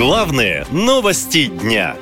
Главные новости дня.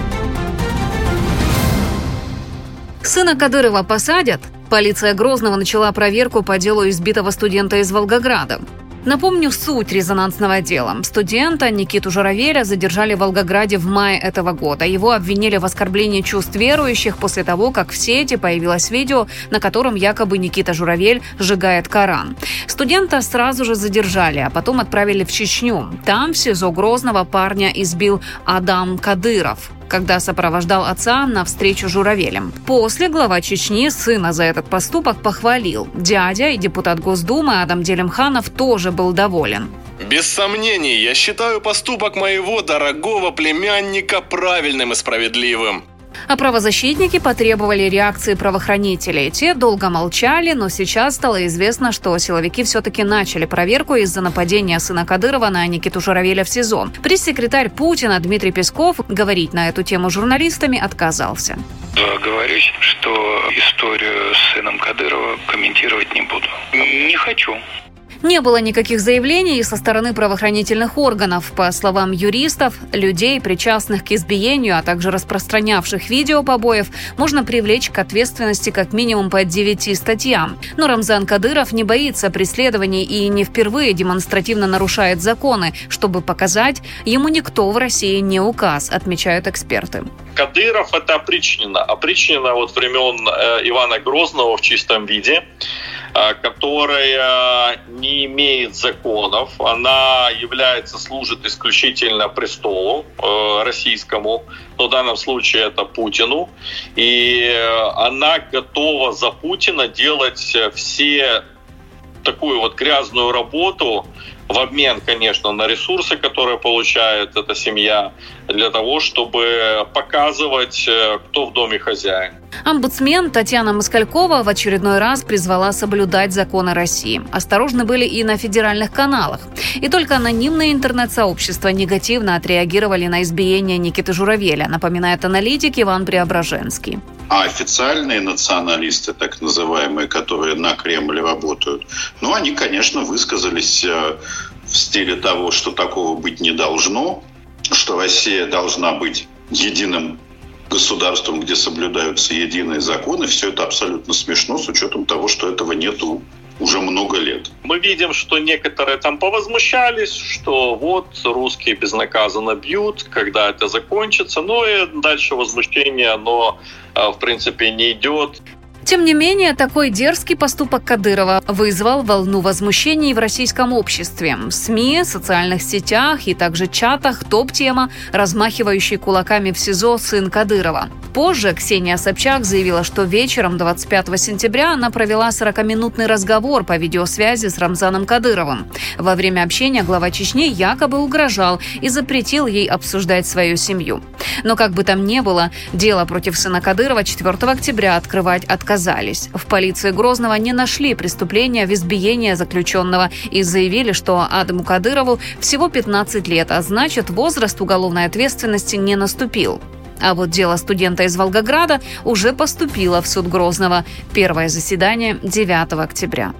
Сына Кадырова посадят? Полиция Грозного начала проверку по делу избитого студента из Волгограда. Напомню суть резонансного дела. Студента Никиту Журавеля задержали в Волгограде в мае этого года. Его обвинили в оскорблении чувств верующих после того, как в сети появилось видео, на котором якобы Никита Журавель сжигает Коран. Студента сразу же задержали, а потом отправили в Чечню. Там в СИЗО Грозного парня избил Адам Кадыров, когда сопровождал отца на встречу с Журавелем. После глава Чечни сына за этот поступок похвалил. Дядя и депутат Госдумы Адам Делимханов тоже был доволен. Без сомнений, я считаю поступок моего дорогого племянника правильным и справедливым. А правозащитники потребовали реакции правоохранителей. Те долго молчали, но сейчас стало известно, что силовики все-таки начали проверку из-за нападения сына Кадырова на Никиту Журавеля в СИЗО. Пресс-секретарь Путина Дмитрий Песков говорить на эту тему с журналистами отказался. Говорюсь, что историю с сыном Кадырова комментировать не буду. Не хочу. Не было никаких заявлений со стороны правоохранительных органов. По словам юристов, людей, причастных к избиению, а также распространявших видео побоев, можно привлечь к ответственности как минимум по 9 статьям. Но Рамзан Кадыров не боится преследований и не впервые демонстративно нарушает законы, чтобы показать, ему никто в России не указ, отмечают эксперты. Кадыров – это опричнина. Опричнина вот времен Ивана Грозного в чистом виде, которая не имеет законов. Она служит исключительно престолу российскому, но в данном случае это Путину. И она готова за Путина делать все такую вот грязную работу в обмен, конечно, на ресурсы, которые получает эта семья, для того, чтобы показывать, кто в доме хозяин. Омбудсмен Татьяна Москалькова в очередной раз призвала соблюдать законы России. Осторожны были и на федеральных каналах. И только анонимные интернет-сообщества негативно отреагировали на избиение Никиты Журавеля, напоминает аналитик Иван Преображенский. А официальные националисты, так называемые, которые на Кремль работают, они, конечно, высказались в стиле того, что такого быть не должно, что Россия должна быть единым государством, где соблюдаются единые законы. Все это абсолютно смешно с учетом того, что этого нету уже много лет. Мы видим, что некоторые там повозмущались, что вот русские безнаказанно бьют, когда это закончится. И дальше возмущение, оно в принципе не идет. Тем не менее, такой дерзкий поступок Кадырова вызвал волну возмущений в российском обществе. В СМИ, социальных сетях и также чатах топ-тема «Размахивающий кулаками в СИЗО сын Кадырова». Позже Ксения Собчак заявила, что вечером 25 сентября она провела 40-минутный разговор по видеосвязи с Рамзаном Кадыровым. Во время общения глава Чечни якобы угрожал и запретил ей обсуждать свою семью. Но как бы там ни было, дело против сына Кадырова 4 октября открывать отказались. В полиции Грозного не нашли преступления в избиении заключенного и заявили, что Адаму Кадырову всего 15 лет, а значит, возраст уголовной ответственности не наступил. А вот дело студента из Волгограда уже поступило в суд Грозного. Первое заседание 9 октября.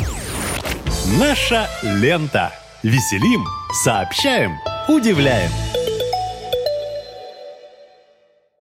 Наша лента. Веселим, сообщаем, удивляем.